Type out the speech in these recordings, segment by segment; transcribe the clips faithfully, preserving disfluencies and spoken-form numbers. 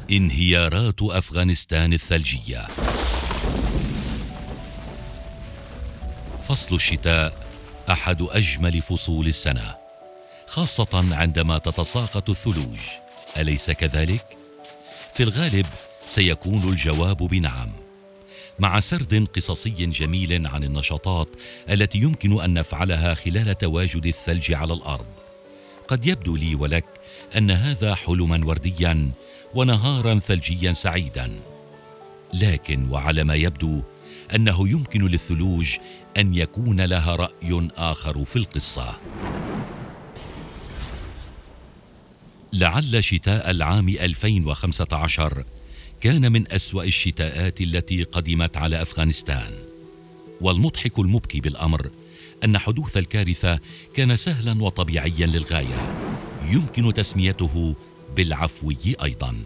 انهيارات أفغانستان الثلجية. فصل الشتاء أحد أجمل فصول السنة، خاصة عندما تتساقط الثلوج، أليس كذلك؟ في الغالب سيكون الجواب بنعم، مع سرد قصصي جميل عن النشاطات التي يمكن أن نفعلها خلال تواجد الثلج على الأرض. قد يبدو لي ولك أن هذا حلما ورديا ونهارا ثلجيا سعيدا، لكن وعلى ما يبدو أنه يمكن للثلوج أن يكون لها رأي آخر في القصة. لعل شتاء العام ألفين وخمسة عشر كان من أسوأ الشتاءات التي قدمت على أفغانستان، والمضحك المبكي بالأمر أن حدوث الكارثة كان سهلا وطبيعيا للغاية، يمكن تسميته بالعفوي أيضا.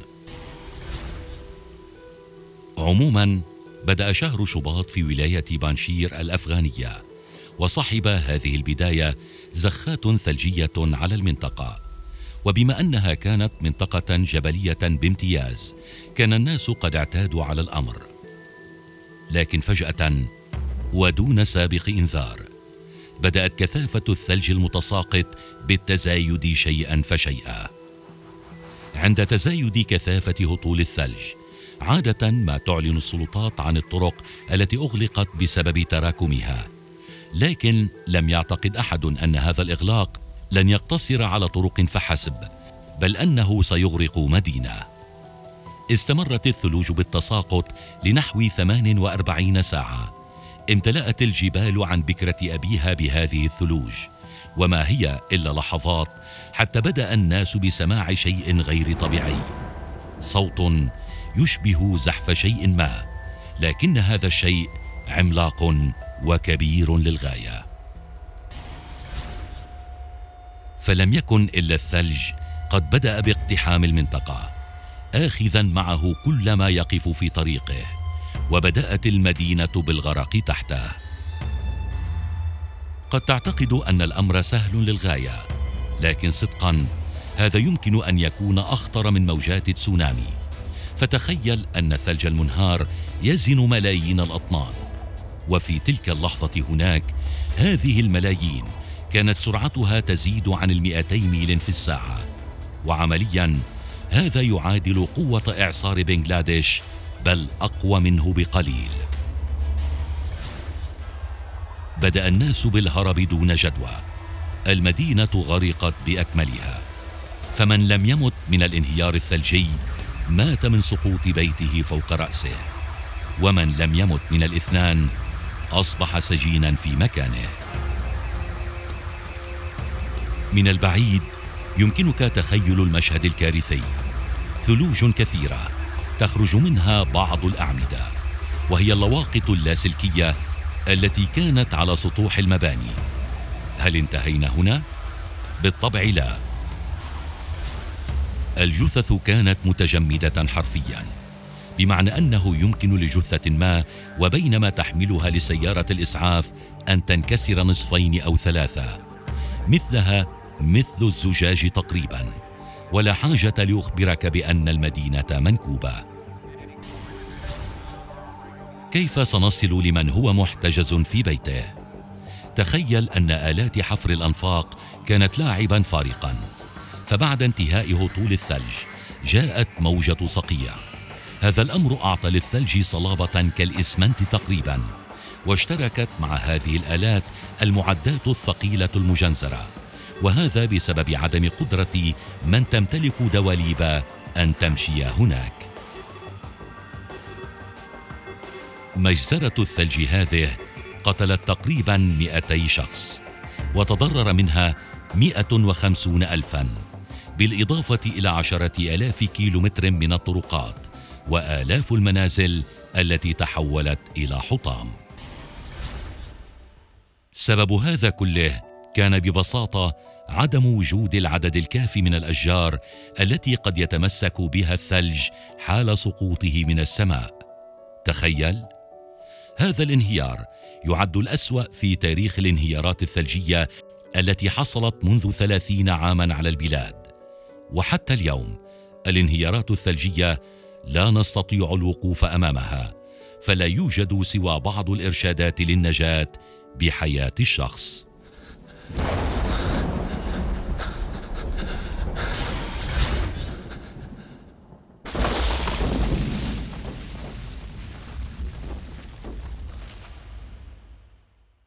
عموما بدأ شهر شباط في ولاية بانشير الأفغانية، وصحب هذه البداية زخات ثلجية على المنطقة، وبما أنها كانت منطقة جبلية بامتياز كان الناس قد اعتادوا على الأمر. لكن فجأة ودون سابق إنذار بدأت كثافة الثلج المتساقط بالتزايد شيئا فشيئا. عند تزايد كثافة هطول الثلج عادة ما تعلن السلطات عن الطرق التي أغلقت بسبب تراكمها، لكن لم يعتقد أحد أن هذا الإغلاق لن يقتصر على طرق فحسب، بل أنه سيغرق مدينة. استمرت الثلوج بالتساقط لنحو ثمان وأربعين ساعة. امتلأت الجبال عن بكرة أبيها بهذه الثلوج، وما هي إلا لحظات حتى بدأ الناس بسماع شيء غير طبيعي، صوت يشبه زحف شيء ما، لكن هذا الشيء عملاق وكبير للغاية. فلم يكن إلا الثلج قد بدأ باقتحام المنطقة، آخذا معه كل ما يقف في طريقه، وبدأت المدينة بالغرق تحته. قد تعتقد أن الأمر سهل للغاية، لكن صدقا هذا يمكن أن يكون أخطر من موجات تسونامي. فتخيل أن الثلج المنهار يزن ملايين الأطنان، وفي تلك اللحظة هناك هذه الملايين كانت سرعتها تزيد عن المئتي ميل في الساعة، وعمليا هذا يعادل قوة إعصار بنغلاديش، بل أقوى منه بقليل. بدأ الناس بالهرب دون جدوى، المدينة غرقت بأكملها، فمن لم يمت من الانهيار الثلجي مات من سقوط بيته فوق رأسه، ومن لم يمت من الاثنان أصبح سجينا في مكانه. من البعيد يمكنك تخيل المشهد الكارثي، ثلوج كثيرة تخرج منها بعض الأعمدة، وهي اللواقط اللاسلكية التي كانت على سطوح المباني. هل انتهينا هنا؟ بالطبع لا. الجثث كانت متجمدة حرفيا، بمعنى أنه يمكن لجثة ما وبينما تحملها لسيارة الإسعاف أن تنكسر نصفين أو ثلاثة، مثلها مثل الزجاج تقريبا، ولا حاجة ليخبرك بأن المدينة منكوبة. كيف سنصل لمن هو محتجز في بيته؟ تخيل أن آلات حفر الأنفاق كانت لاعبا فارقا، فبعد انتهاء هطول الثلج جاءت موجة صقيع. هذا الأمر أعطى للثلج صلابة كالإسمنت تقريبا، واشتركت مع هذه الآلات المعدات الثقيلة المجنزرة، وهذا بسبب عدم قدرة من تمتلك دواليب أن تمشي هناك. مجزرة الثلج هذه قتلت تقريبا مئتي شخص، وتضرر منها مئة وخمسون ألفا، بالإضافة إلى عشرة آلاف كيلومتر من الطرقات وآلاف المنازل التي تحولت إلى حطام. سبب هذا كله كان ببساطة عدم وجود العدد الكافي من الأشجار التي قد يتمسك بها الثلج حال سقوطه من السماء. تخيل، هذا الانهيار يعد الأسوأ في تاريخ الانهيارات الثلجية التي حصلت منذ ثلاثين عاما على البلاد، وحتى اليوم الانهيارات الثلجية لا نستطيع الوقوف أمامها، فلا يوجد سوى بعض الإرشادات للنجاة بحياة الشخص.